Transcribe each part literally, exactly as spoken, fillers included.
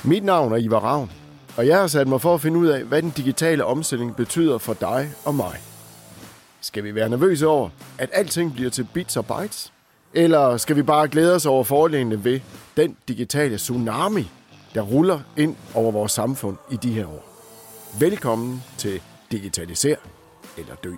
Mit navn er Ivar Ravn, og jeg har sat mig for at finde ud af, hvad den digitale omstilling betyder for dig og mig. Skal vi være nervøse over, at alting bliver til bits og bytes? Eller skal vi bare glæde os over fordelene ved den digitale tsunami, der ruller ind over vores samfund i de her år? Velkommen til Digitaliser eller Dø.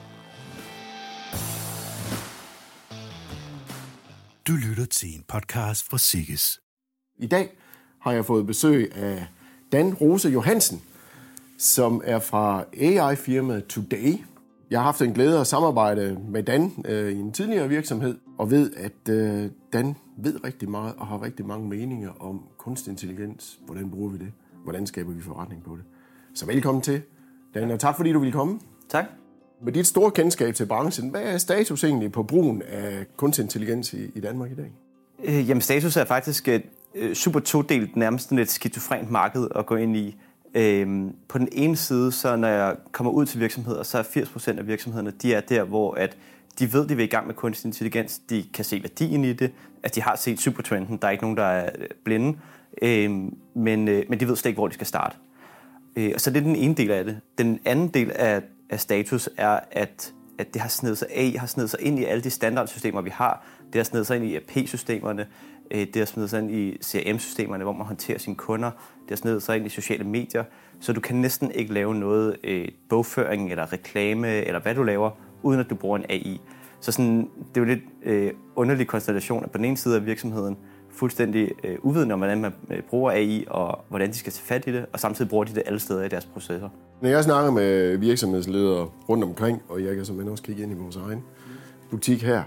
Du lytter til en podcast fra Sikkes. I dag har jeg fået besøg af Dan Rose Johansen, som er fra A I-firmaet Today. Jeg har haft en glæde at samarbejde med Dan øh, i en tidligere virksomhed, og ved, at øh, Dan ved rigtig meget og har rigtig mange meninger om kunstig intelligens. Hvordan bruger vi det? Hvordan skaber vi forretning på det? Så velkommen til, Dan, og tak fordi du ville komme. Tak. Med dit store kendskab til branchen, hvad er status egentlig på brugen af kunstig intelligens i, i Danmark i dag? Øh, jamen status er faktisk et øh, super todelt, nærmest sådan et skizofrent marked at gå ind i. Øhm, på den ene side, så når jeg kommer ud til virksomheder, så er firs procent af virksomhederne, de er der, hvor at de ved, de vil i gang med kunstig intelligens, de kan se værdien i det, at de har set supertrenden, der er ikke nogen, der er blinde, øhm, men, øh, men de ved slet ikke, hvor de skal starte. Øh, og så det er den ene del af det. Den anden del af, af status er, at, at det har snedet sig, A I har snedet sig ind i alle de standardsystemer, vi har. Det har snedet sig ind i E R P-systemerne, det har snedet sig ind i C R M-systemerne, hvor man håndterer sine kunder. Det har snedet sig ind i sociale medier. Så du kan næsten ikke lave noget øh, bogføring eller reklame, eller hvad du laver, uden at du bruger en A I. Så sådan, det er jo lidt øh, underlig konstellation, at på den ene side af virksomheden fuldstændig øh, uvidende om, hvordan man øh, bruger A I, og hvordan de skal tage fat i det, og samtidig bruger de det alle steder i deres processer. Når jeg snakker med virksomhedsledere rundt omkring, og jeg kan simpelthen også kigge ind i vores egen butik her,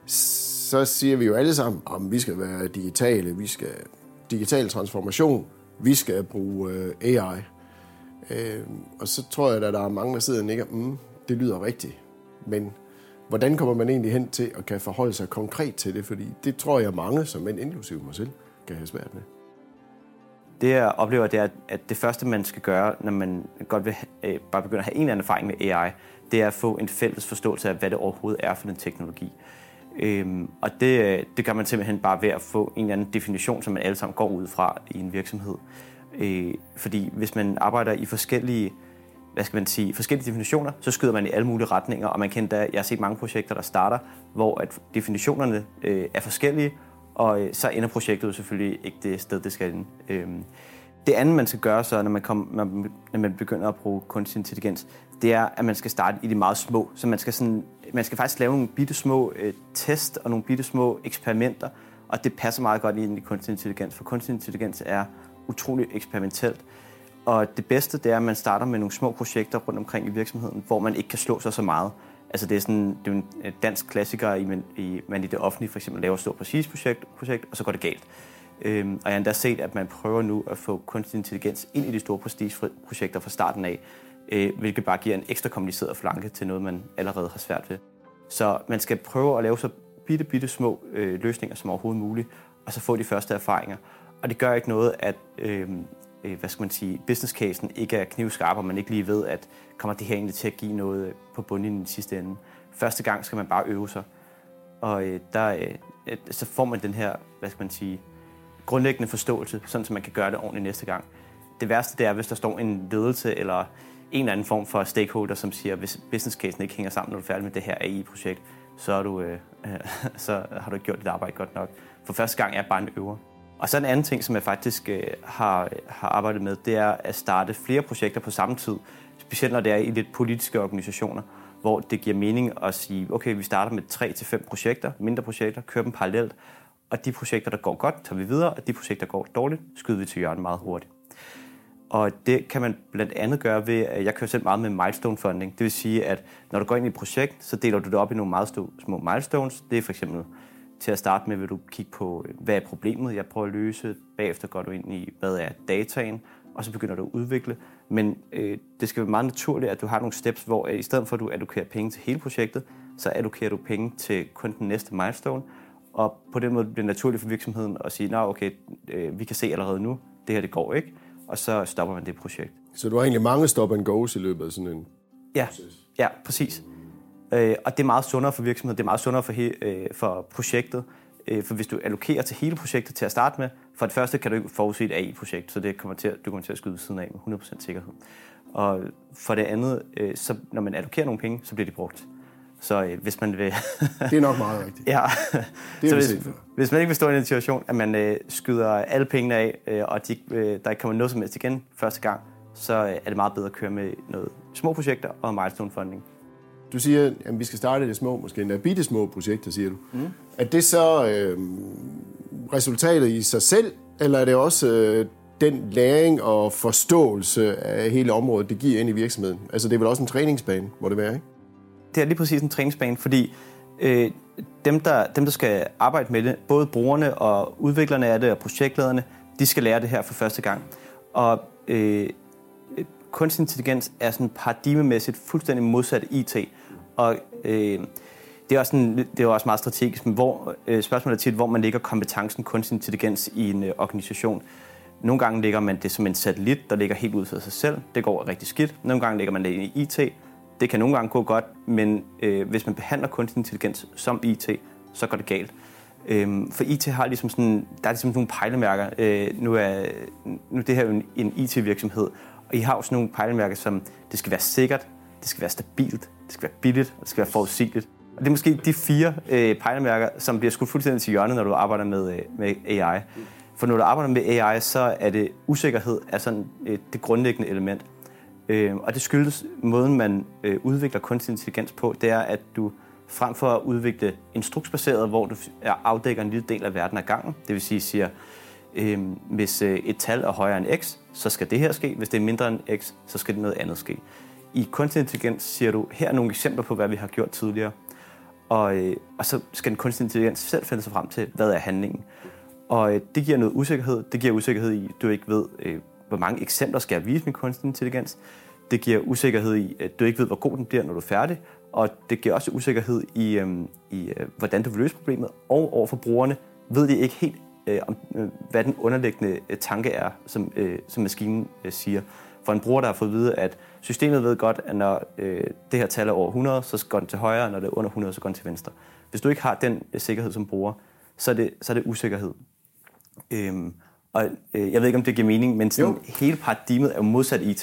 så siger vi jo alle sammen, at vi skal være digitale, vi skal digital transformation, vi skal bruge øh, A I. Øh, og så tror jeg, at der er mange, der sidder og nikker, mm, det lyder rigtigt. Men hvordan kommer man egentlig hen til at kan forholde sig konkret til det? Fordi det tror jeg mange, som en inklusive mig selv, kan have svært med. Det jeg oplever, det er, at det første, man skal gøre, når man godt vil øh, bare begynde at have en eller anden erfaring med A I, det er at få en fælles forståelse af, hvad det overhovedet er for den teknologi. Øhm, og det, det gør man simpelthen bare ved at få en eller anden definition, som man alle sammen går ud fra i en virksomhed. Øh, fordi hvis man arbejder i forskellige, hvad skal man sige, forskellige definitioner, så skyder man i alle mulige retninger, og man kan da, jeg har set mange projekter, der starter, hvor at definitionerne øh, er forskellige, og øh, så ender projektet jo selvfølgelig ikke det sted, det skal ende. Øh, det andet, man skal gøre så, når man, kom, når man begynder at bruge kunstig intelligens, det er, at man skal starte i de meget små. Så man skal, sådan, man skal faktisk lave nogle bitte små øh, test og nogle bitte små eksperimenter, og det passer meget godt ind i kunstig intelligens, for kunstig intelligens er utrolig eksperimentelt. Og det bedste, det er, at man starter med nogle små projekter rundt omkring i virksomheden, hvor man ikke kan slå sig så meget. Altså det er sådan, det er en dansk klassiker, i, i, man i det offentlige for eksempel laver et stort præcis-projekt, projekt, og så går det galt. Øhm, og jeg har endda set, at man prøver nu at få kunstig intelligens ind i de store prestigeprojekter fra starten af, øh, hvilket bare giver en ekstra kompliceret flanke til noget, man allerede har svært ved. Så man skal prøve at lave så bitte, bitte små øh, løsninger som overhovedet muligt, og så få de første erfaringer. Og det gør ikke noget, at øh, hvad skal man sige, business casen ikke er knivskarp, og man ikke lige ved, at kommer det her egentlig til at give noget på bundlinjen i sidste ende. Første gang skal man bare øve sig, og øh, der, øh, så får man den her, hvad skal man sige, grundlæggende forståelse, sådan så man kan gøre det ordentligt næste gang. Det værste det er, hvis der står en ledelse eller en eller anden form for stakeholder, som siger, hvis business casen ikke hænger sammen, når du er færdig med det her A I-projekt, så, er du, øh, så har du ikke gjort dit arbejde godt nok. For første gang er bare en øver. Og så en anden ting, som jeg faktisk øh, har, har arbejdet med, det er at starte flere projekter på samme tid. Specielt når det er i lidt politiske organisationer, hvor det giver mening at sige, okay, vi starter med tre til fem projekter, mindre projekter, kører dem parallelt, og de projekter, der går godt, tager vi videre, og de projekter, der går dårligt, skyder vi til hjørnet meget hurtigt. Og det kan man blandt andet gøre ved, at jeg kører selv meget med milestone funding. Det vil sige, at når du går ind i et projekt, så deler du det op i nogle meget små milestones. Det er for eksempel til at starte med, vil du kigge på, hvad er problemet, jeg prøver at løse. Bagefter går du ind i, hvad er dataen, og så begynder du at udvikle. Men øh, det skal være meget naturligt, at du har nogle steps, hvor i stedet for, at du allokerer penge til hele projektet, så allokerer du penge til kun den næste milestone. Og på den måde bliver det naturligt for virksomheden at sige, nej, okay, øh, vi kan se allerede nu, det her det går ikke, og så stopper man det projekt. Så du har egentlig mange stop and goes i løbet af sådan en ja, proces? Ja, præcis. Øh, og det er meget sundere for virksomheden, det er meget sundere for, he, øh, for projektet, Øh, for hvis du allokerer til hele projektet til at starte med, for det første kan du ikke forudse et A I-projekt, så det kommer til, du kommer til at skyde ved siden af med hundrede procent sikkerhed. Og for det andet, øh, så når man allokerer nogle penge, så bliver de brugt. Så øh, hvis man vil... det er nok meget rigtigt. Ja. Det så hvis, hvis man ikke vil stå i en situation, at man øh, skyder alle pengene af, øh, og de, øh, der ikke kommer noget som helst igen første gang, så øh, er det meget bedre at køre med noget små projekter og milestone funding. Du siger, at vi skal starte det små, måske endda bitte små projekter, siger du. Mm. Er det så øh, resultatet i sig selv, eller er det også øh, den læring og forståelse af hele området, det giver ind i virksomheden? Altså det er vel også en træningsbane, må det være, ikke? Det er lige præcis en træningsbane, fordi øh, dem, der, dem, der skal arbejde med det, både brugerne og udviklerne af det og projektlederne, de skal lære det her for første gang. Og øh, kunstig intelligens er sådan paradigmemæssigt fuldstændig modsat I T. Og øh, det er også sådan, det er også meget strategisk, men hvor, øh, spørgsmålet er tit, hvor man lægger kompetencen kunstig intelligens i en øh, organisation. Nogle gange lægger man det som en satellit, der ligger helt ud for sig selv. Det går rigtig skidt. Nogle gange lægger man det i I T. Det kan nogle gange gå godt, men øh, hvis man behandler kunstig intelligens som I T, så går det galt. Øhm, for I T har ligesom sådan, der er ligesom nogle pejlemærker. Øh, nu er nu er det her jo en, en I T-virksomhed, og I har jo sådan nogle pejlemærker, som det skal være sikkert, det skal være stabilt, det skal være billigt, og det skal være forudsigeligt. Og det er måske de fire øh, pejlemærker, som bliver skudt fuldstændig til hjørnet, når du arbejder med, øh, med A I. For når du arbejder med A I, så er det usikkerhed er sådan, øh, det grundlæggende element. Øh, og det skyldes måden, man øh, udvikler kunstig intelligens på, det er, at du frem for at udvikle instruksbaseret, hvor du afdækker en lille del af verden ad gangen, det vil sige, siger, øh, hvis øh, et tal er højere end x, så skal det her ske. Hvis det er mindre end x, så skal det noget andet ske. I kunstig intelligens siger du, her er nogle eksempler på, hvad vi har gjort tidligere. Og, øh, og så skal den kunstig intelligens selv finde sig frem til, hvad er handlingen. Og øh, det giver noget usikkerhed. Det giver usikkerhed i, at du ikke ved, øh, hvor mange eksempler skal jeg vise med kunstig intelligens. Det giver usikkerhed i, at du ikke ved, hvor god den bliver, når du er færdig. Og det giver også usikkerhed i, øh, i øh, hvordan du vil løse problemet. Og overfor brugerne ved de ikke helt, øh, om, øh, hvad den underliggende øh, tanke er, som, øh, som maskinen øh, siger. For en bruger, der har fået at vide, at systemet ved godt, at når øh, det her tal er over hundrede, så går den til højre, og når det er under hundrede, så går den til venstre. Hvis du ikke har den øh, sikkerhed som bruger, så er det, så er det usikkerhed. Øhm, og øh, jeg ved ikke, om det giver mening, men sådan, hele paradigmet er jo modsat I T.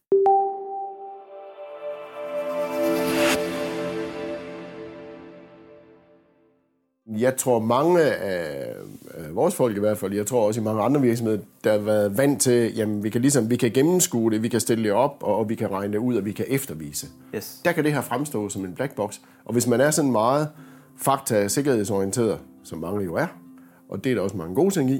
Jeg tror mange af, af vores folk i hvert fald, jeg tror også i mange andre virksomheder, der har været vant til, jamen vi kan ligesom, vi kan gennemskue det, vi kan stille det op, og, og vi kan regne det ud, og vi kan eftervise. Yes. Der kan det her fremstå som en black box. Og hvis man er sådan meget fakta- sikkerhedsorienteret, som mange jo er, og det er der også mange gode ting i,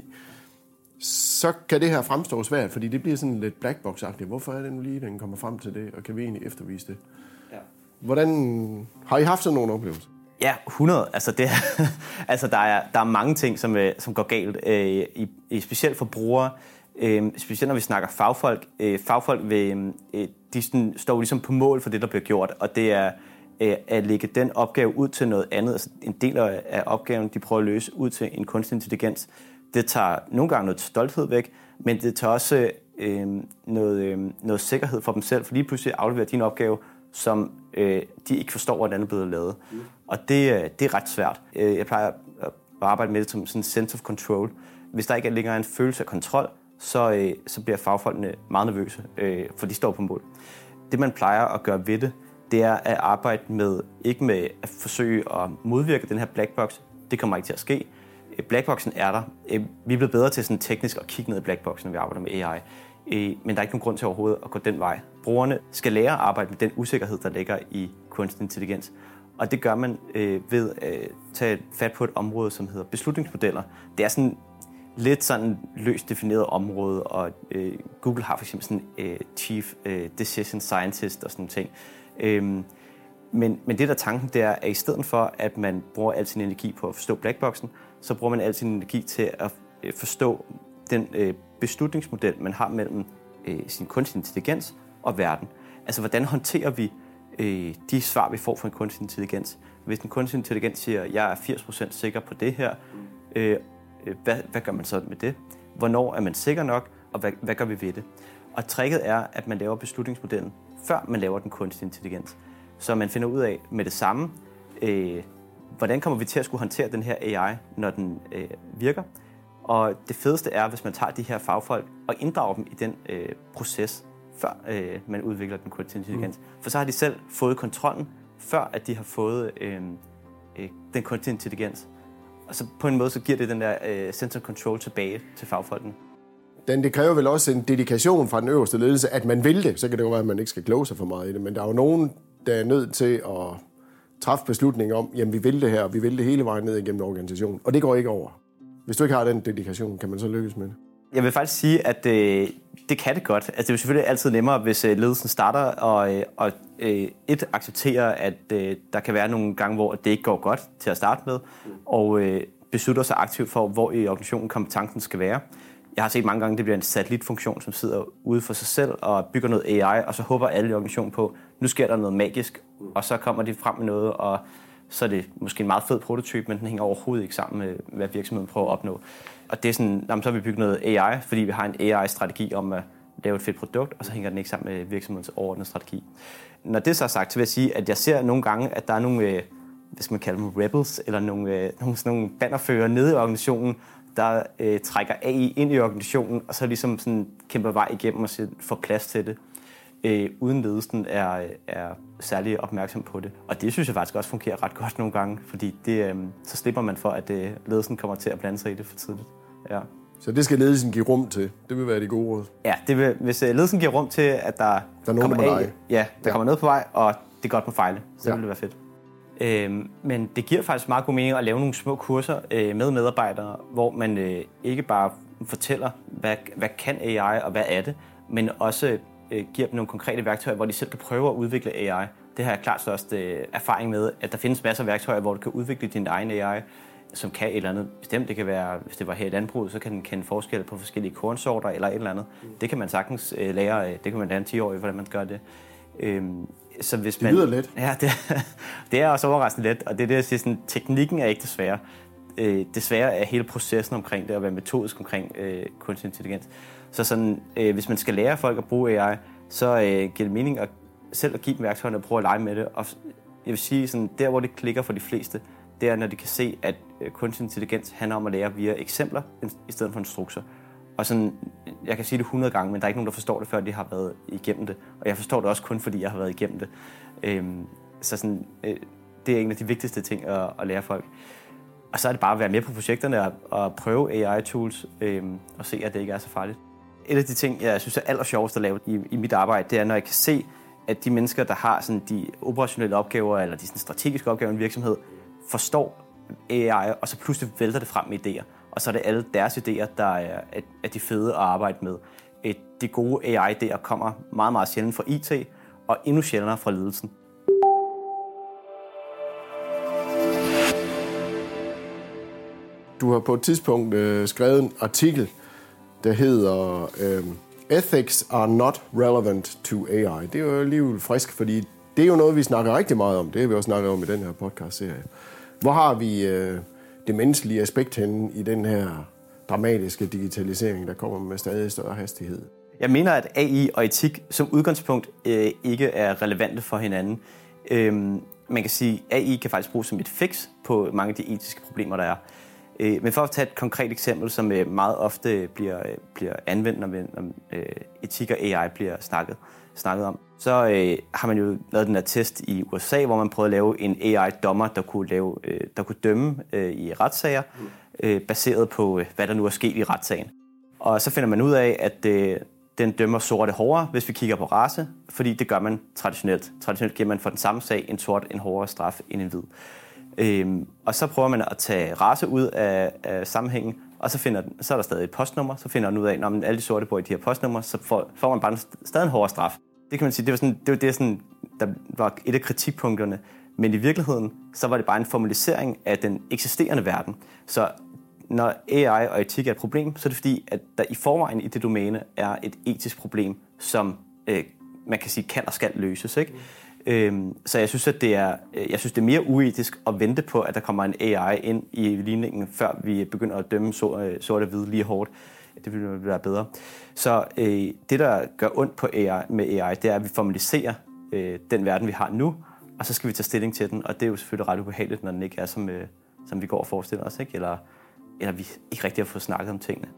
så kan det her fremstå svært, fordi det bliver sådan lidt black box-agtigt. Hvorfor er det nu lige, den kommer frem til det, og kan vi egentlig eftervise det? Ja. Hvordan har I haft sådan nogle oplevelser? Ja, hundrede. Altså, det er, altså der, er, der er mange ting, som, som går galt, øh, i, i, specielt for brugere. Øh, specielt når vi snakker fagfolk. Øh, fagfolk vil, øh, de sådan, står ligesom på mål for det, der bliver gjort, og det er øh, at lægge den opgave ud til noget andet. Altså, en del af opgaven, de prøver at løse ud til en kunstig intelligens. Det tager nogle gange noget stolthed væk, men det tager også øh, noget, øh, noget sikkerhed for dem selv, for lige pludselig afleverer din opgave, som øh, de ikke forstår, hvordan det er blevet lavet. Mm. Og det, det er ret svært. Jeg plejer at arbejde med det som sådan en sense of control. Hvis der ikke længere er en følelse af kontrol, så, øh, så bliver fagfolkene meget nervøse, øh, for de står på mål. Det, man plejer at gøre ved det, det er at arbejde med, ikke med at forsøge at modvirke den her black box. Det kommer ikke til at ske. Blackboxen er der. Vi er blevet bedre til sådan teknisk at kigge ned i blackboxen, når vi arbejder med A I. Men der er ikke nogen grund til overhovedet at gå den vej. Brugerne skal lære at arbejde med den usikkerhed, der ligger i kunstig intelligens. Og det gør man øh, ved at tage fat på et område, som hedder beslutningsmodeller. Det er sådan lidt sådan løst defineret område, og øh, Google har for eksempel sådan øh, Chief øh, Decision Scientist og sådan nogle ting. Øhm, men, men det der tanken, det er, at i stedet for, at man bruger al sin energi på at forstå blackboxen, så bruger man al sin energi til at øh, forstå den øh, beslutningsmodel, man har mellem øh, sin kunstig intelligens og verden. Altså, hvordan håndterer vi øh, de svar, vi får fra en kunstig intelligens? Hvis en kunstig intelligens siger, at jeg er firs procent sikker på det her, øh, hvad, hvad gør man så med det? Hvornår er man sikker nok, og hvad, hvad gør vi ved det? Og tricket er, at man laver beslutningsmodellen, før man laver den kunstige intelligens. Så man finder ud af med det samme, øh, hvordan kommer vi til at skulle håndtere den her A I, når den øh, virker? Og det fedeste er, hvis man tager de her fagfolk og inddrager dem i den øh, proces, før øh, man udvikler den kunstig intelligens. Mm. For så har de selv fået kontrollen, før at de har fået øh, øh, den kunstig intelligens. Og så på en måde, så giver det den der øh, sense of control tilbage til fagfolkene. Den, det kræver vel også en dedikation fra den øverste ledelse, at man vil det. Så kan det jo være, at man ikke skal kloge sig for meget i det. Men der er jo nogen, der er nødt til at træffe beslutninger om, jamen vi vil det her, og vi vil det hele vejen ned igennem organisationen. Og det går ikke over. Hvis du ikke har den dedikation, kan man så lykkes med det? Jeg vil faktisk sige, at øh, det kan det godt. Altså, det er jo selvfølgelig altid nemmere, hvis øh, ledelsen starter og, øh, og øh, et accepterer, at øh, der kan være nogle gange, hvor det ikke går godt til at starte med, og øh, beslutter sig aktivt for, hvor i organisationen kompetencen skal være. Jeg har set mange gange, at det bliver en satellitfunktion, som sidder ude for sig selv og bygger noget A I, og så håber alle i organisationen på, nu sker der noget magisk, og så kommer de frem med noget, og så er det måske en meget fed prototype, men den hænger overhovedet ikke sammen med, hvad virksomheden prøver at opnå. Og det er sådan, jamen, så har vi bygget noget A I, fordi vi har en A I-strategi om at lave et fedt produkt, og så hænger den ikke sammen med virksomhedens overordnede strategi. Når det så er sagt, så vil jeg sige, at jeg ser nogle gange, at der er nogle, hvad skal man kalde dem, rebels, eller nogle, nogle, nogle bannerfører nede i organisationen, der øh, trækker A I ind i organisationen, og så ligesom sådan kæmper vej igennem og får plads til det, øh, uden ledelsen er, er særlig opmærksom på det. Og det synes jeg faktisk også fungerer ret godt nogle gange, fordi det, øh, så slipper man for, at øh, ledelsen kommer til at blande sig i det for tidligt. Ja. Så det skal ledelsen give rum til. Det vil være de gode råd. Ja, det vil, hvis øh, ledelsen giver rum til, at der, der er nogen, kommer der A I, ja, der ja. kommer noget på vej, og det er godt på fejle, så ja. vil det være fedt. Øhm, men det giver faktisk meget god mening at lave nogle små kurser øh, med medarbejdere, hvor man øh, ikke bare fortæller, hvad, hvad kan A I og hvad er det, men også øh, giver dem nogle konkrete værktøjer, hvor de selv kan prøve at udvikle A I. Det har jeg klart størst øh, erfaring med, at der findes masser af værktøjer, hvor du kan udvikle din egen A I, som kan et eller andet bestemt. Det kan være, hvis det var her i landbruget, så kan den kende forskel på forskellige kornsorter eller et eller andet. Det kan man sagtens øh, lære, det kan man lære en ti-årig, hvordan man gør det. Øhm, Så hvis det lyder man, let. Ja, det, det er også overraskende let, og det er det, jeg siger, sådan, teknikken er ikke det svære. Øh, det svære er hele processen omkring det, at være metodisk omkring øh, kunstig intelligens. Så sådan, øh, hvis man skal lære folk at bruge A I, så øh, giver det mening at selv at give dem værktøjerne og prøve at lege med det. Og jeg vil sige, sådan, der hvor det klikker for de fleste, det er, når de kan se, at øh, kunstig intelligens handler om at lære via eksempler, i stedet for instrukser. Og sådan, jeg kan sige det hundrede gange, men der er ikke nogen, der forstår det, før de har været igennem det. Og jeg forstår det også kun, fordi jeg har været igennem det. Øhm, så sådan, øh, det er en af de vigtigste ting at, at lære folk. Og så er det bare at være med på projekterne og, og prøve A I-tools øhm, og se, at det ikke er så farligt. Et af de ting, jeg synes er allersjovest at lave i, i mit arbejde, det er, når jeg kan se, at de mennesker, der har sådan, de operationelle opgaver eller de sådan, strategiske opgaver i en virksomhed, forstår A I, og så pludselig vælter det frem med idéer. Og så er det alle deres idéer, der er, er de fede at arbejde med. Et, de gode A I-idéer kommer meget, meget sjældent fra I T, og endnu sjældnere fra ledelsen. Du har på et tidspunkt øh, skrevet en artikel, der hedder øh, Ethics are not relevant to A I. Det er jo alligevel frisk, fordi det er jo noget, vi snakker rigtig meget om. Det har vi også snakket om i den her podcast-serie. Hvor har vi øh, det menneskelige aspekt henne i den her dramatiske digitalisering, der kommer med stadig større hastighed? Jeg mener, at A I og etik som udgangspunkt øh, ikke er relevante for hinanden. Øhm, man kan sige, at A I kan faktisk bruges som et fix på mange af de etiske problemer, der er. Øh, men for at tage et konkret eksempel, som øh, meget ofte bliver, øh, bliver anvendt, når, når øh, etik og A I bliver snakket, snakket om, så øh, har man jo lavet den her test i U S A, hvor man prøvede at lave en A I-dommer, der kunne, lave, øh, der kunne dømme øh, i retssager, øh, baseret på, øh, hvad der nu er sket i retssagen. Og så finder man ud af, at øh, den dømmer sorte hårdere, hvis vi kigger på race, fordi det gør man traditionelt. Traditionelt giver man for den samme sag en sort en hårdere straf end en hvid. Øhm, og så prøver man at tage race ud af, af sammenhængen, og så, finder, så er der stadig et postnummer, så finder man ud af, at alle de sorte bor i de her postnummer, så får, får man bare en, stadig en hårdere straf. Det kan man sige, det var, sådan, det var det, sådan, der var et af kritikpunkterne, men i virkeligheden, så var det bare en formalisering af den eksisterende verden. Så når A I og etik er et problem, så er det fordi, at der i forvejen i det domæne er et etisk problem, som øh, man kan sige kan og skal løses, ikke? Øhm, så jeg synes, at det er, jeg synes, det er mere uetisk at vente på, at der kommer en A I ind i ligningen, før vi begynder at dømme sort og hvide lige hårdt. Det vil være bedre. Så øh, det, der gør ondt på A I, med A I, det er, at vi formaliserer øh, den verden, vi har nu, og så skal vi tage stilling til den, og det er jo selvfølgelig ret ubehageligt, når den ikke er, som, øh, som vi går og forestiller os, ikke? Eller, eller vi ikke rigtig har fået snakket om tingene.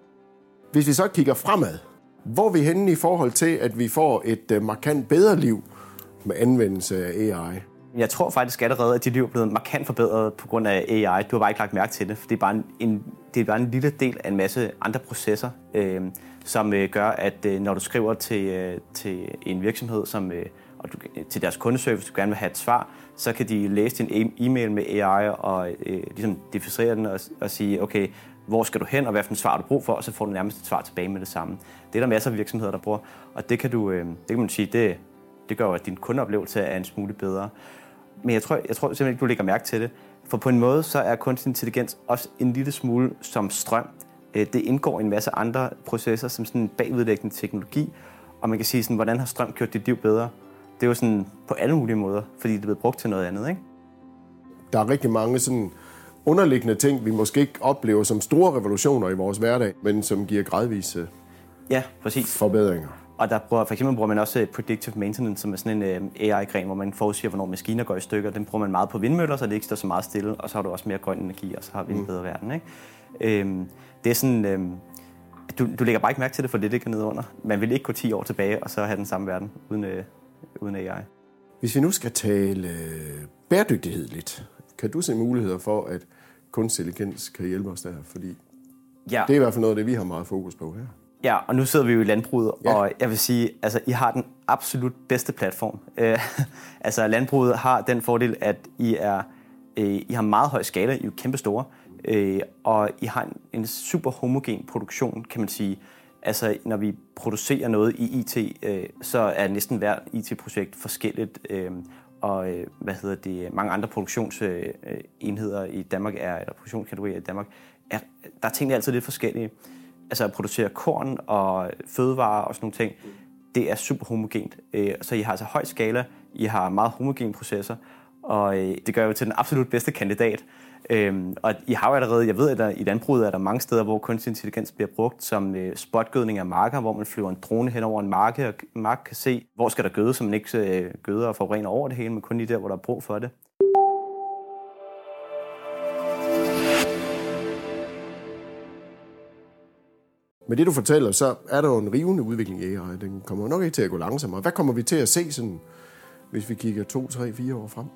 Hvis vi så kigger fremad, hvor er vi henne i forhold til, at vi får et uh, markant bedre liv med anvendelse af A I? Jeg tror faktisk allerede, at dit liv er blevet markant forbedret på grund af A I. Du har bare ikke lagt mærke til det, for det er bare en, det er bare en lille del af en masse andre processer, øh, som øh, gør, at øh, når du skriver til, øh, til en virksomhed, som, øh, og du, til deres kundeservice, du gerne vil have et svar, så kan de læse din e-mail med A I og øh, ligesom differentiere den og, og sige, okay, hvor skal du hen, og hvad for en svar du bruger for, og så får du nærmest et svar tilbage med det samme. Det er der masser af virksomheder, der bruger, og det kan du, øh, det kan man sige, det, det gør, at din kundeoplevelse er en smule bedre. Men jeg tror, jeg tror simpelthen ikke, du lægger mærke til det. For på en måde, så er kunstig intelligens også en lille smule som strøm. Det indgår i en masse andre processer, som sådan en bagvedliggende teknologi. Og man kan sige, sådan, hvordan har strøm gjort dit liv bedre? Det er jo sådan på alle mulige måder, fordi det er blevet brugt til noget andet, ikke? Der er rigtig mange sådan underliggende ting, vi måske ikke oplever som store revolutioner i vores hverdag, men som giver gradvise ja, præcis. forbedringer. Og der bruger, for eksempel bruger man også predictive maintenance, som er sådan en uh, A I-gren, hvor man forudsiger, hvornår maskiner går i stykker. Den bruger man meget på vindmøller, så det ikke står så meget stille, og så har du også mere grøn energi, og så har vi en bedre verden, ikke? Øhm, det er sådan, øhm, du, du lægger bare ikke mærke til det, for det ligger nede under. Man vil ikke gå ti år tilbage, og så have den samme verden uden, øh, uden A I. Hvis vi nu skal tale øh, bæredygtighed lidt, kan du se muligheder for, at kunstig intelligens kan hjælpe os der? Fordi ja. Det er i hvert fald noget af det, vi har meget fokus på her. Ja, og nu sidder vi jo i landbruget, ja. Og jeg vil sige, altså I har den absolut bedste platform. Øh, altså landbruget har den fordel, at I er øh, I har meget høj skala, I er jo kæmpe store, øh, og I har en, en super homogen produktion, kan man sige. Altså når vi producerer noget i I T, øh, så er næsten hver I T-projekt forskelligt, øh, og øh, hvad hedder det, mange andre produktionsenheder i Danmark er, eller produktionskategorier i Danmark, er, der er tingene altid lidt forskellige. Altså at producere korn og fødevarer og sådan nogle ting, det er super homogent. Så I har altså høj skala, I har meget homogene processer, og det gør jo til den absolut bedste kandidat. Og I har jo allerede, jeg ved, at der, i landbruget er der mange steder, hvor kunstig intelligens bliver brugt som spotgødning af marker, hvor man flyver en drone hen over en marke, og mark kan se, hvor skal der gøde, så man ikke gøder og forurener over det hele, men kun lige der, hvor der er brug for det. Med det, du fortæller, så er der jo en rivende udvikling i A I. Den kommer nok ikke til at gå langsommere. Hvad kommer vi til at se, sådan, hvis vi kigger to, tre, fire år frem?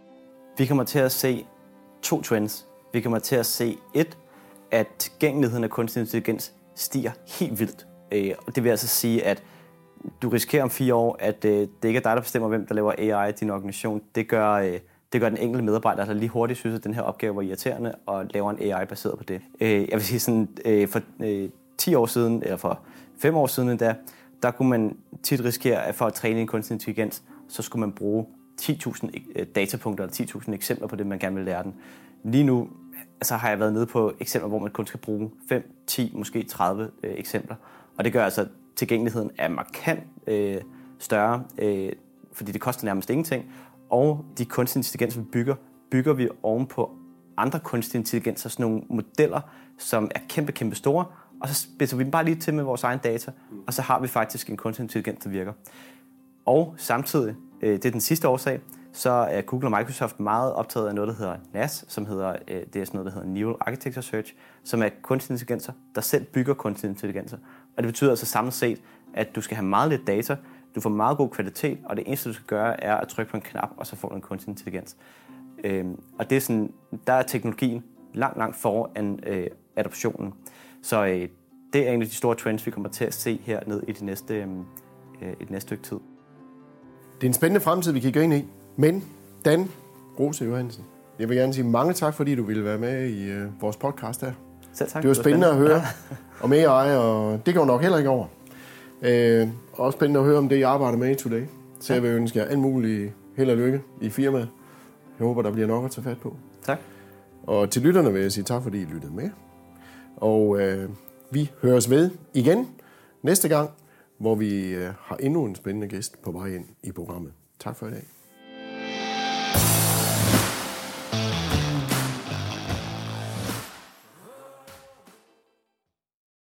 Vi kommer til at se to trends. Vi kommer til at se et, at tilgængeligheden af kunstig intelligens stiger helt vildt. Det vil altså sige, at du risikerer om fire år, at det ikke er dig, der bestemmer, hvem der laver A I i din organisation. Det gør, det gør den enkelte medarbejder, der lige hurtigt synes, at den her opgave var irriterende, og laver en A I baseret på det. Jeg vil sige sådan, for ti år siden, eller for fem år siden endda, der kunne man tit risikere, at for at træne en kunstig intelligens, så skulle man bruge ti tusind datapunkter eller ti tusind eksempler på det, man gerne vil lære den. Lige nu altså, har jeg været nede på eksempler, hvor man kun skal bruge fem, ti, måske tredive øh, eksempler. Og det gør altså, at tilgængeligheden er markant øh, større, øh, fordi det koster nærmest ingenting. Og de kunstige intelligenser, vi bygger, bygger vi oven på andre kunstige intelligenser, sådan nogle modeller, som er kæmpe, kæmpe store, og så spidser vi dem bare lige til med vores egen data, og så har vi faktisk en kunstig intelligens, der virker. Og samtidig, øh, det er den sidste årsag, så er Google og Microsoft meget optaget af noget, der hedder N A S, som hedder, øh, det er sådan noget, der hedder Neural Architecture Search, som er kunstig intelligenser, der selv bygger kunstig intelligenser. Og det betyder altså samlet set, at du skal have meget lidt data, du får meget god kvalitet, og det eneste, du skal gøre, er at trykke på en knap, og så får du en kunstig intelligens. Øh, og det er sådan, der er teknologien langt, langt foran øh, adoptionen. Så øh, det er en af de store trends, vi kommer til at se her ned i det næste, øh, i det næste stykke tid. Det er en spændende fremtid, vi kigger ind i. Men Dan Rose Johansen, jeg vil gerne sige mange tak, fordi du ville være med i øh, vores podcast her. Selv tak. Det var spændende, spændende at høre om A I, og det går nok heller ikke over. Øh, også spændende at høre om det, jeg arbejder med i Today. Så jeg vil ønske jer alt muligt held og lykke i firmaet. Jeg håber, der bliver nok at tage fat på. Tak. Og til lytterne vil jeg sige tak, fordi I lyttede med. Og øh, vi høres ved igen næste gang, hvor vi øh, har endnu en spændende gæst på vej ind i programmet. Tak for i dag.